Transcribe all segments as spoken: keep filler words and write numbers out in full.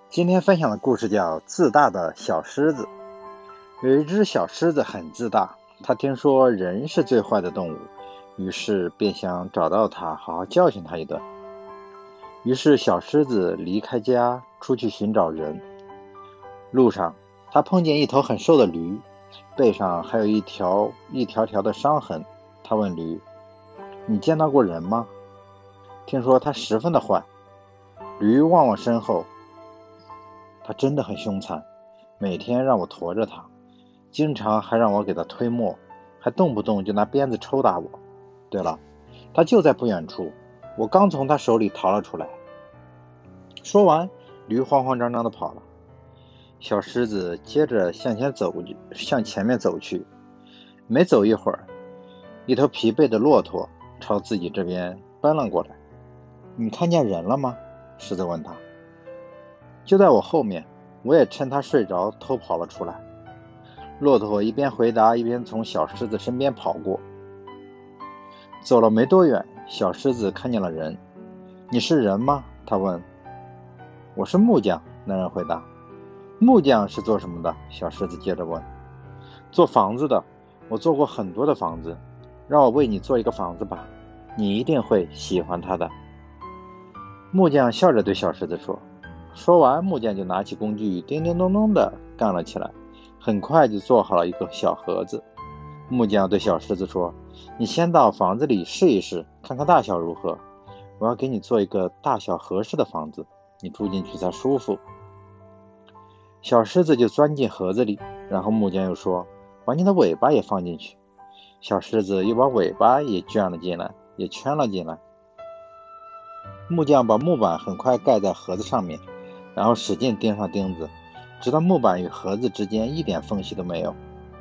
今天分享的故事叫自大的小狮子。有一只小狮子很自大，它听说人是最坏的动物，于是便想找到它，好好教训它一顿。于是小狮子离开家，出去寻找人。路上它碰见一头很瘦的驴，背上还有一条一条条的伤痕。他问驴：你见到过人吗？听说他十分的坏。驴望望身后，他真的很凶残，每天让我驮着他，经常还让我给他推磨，还动不动就拿鞭子抽打我。对了，他就在不远处，我刚从他手里逃了出来。说完，驴慌慌张张地跑了。小狮子接着向前走，向前面走去。没走一会儿，一头疲惫的骆驼朝自己这边奔了过来。你看见人了吗？狮子问他。就在我后面，我也趁他睡着偷跑了出来。骆驼一边回答，一边从小狮子身边跑过。走了没多远，小狮子看见了人。你是人吗？他问。我是木匠，那人回答。木匠是做什么的？小狮子接着问。做房子的，我做过很多的房子，让我为你做一个房子吧，你一定会喜欢它的。木匠笑着对小狮子说。说完，木匠就拿起工具，叮叮咚咚地干了起来，很快就做好了一个小盒子。木匠对小狮子说，你先到房子里试一试，看看大小如何，我要给你做一个大小合适的房子，你住进去才舒服。小狮子就钻进盒子里，然后木匠又说，把你的尾巴也放进去。小狮子又把尾巴也圈了进来，也圈了进来。木匠把木板很快盖在盒子上面，然后使劲钉上钉子，直到木板与盒子之间一点缝隙都没有。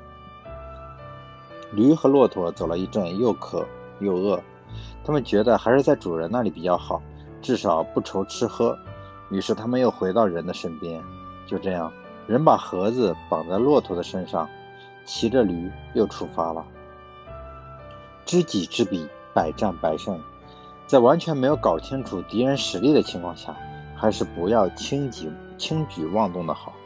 驴和骆驼走了一阵，又渴又饿，他们觉得还是在主人那里比较好，至少不愁吃喝。于是他们又回到人的身边。就这样，人把盒子绑在骆驼的身上，骑着驴又出发了。知己知彼，百战百胜。在完全没有搞清楚敌人实力的情况下，还是不要轻举轻举妄动的好。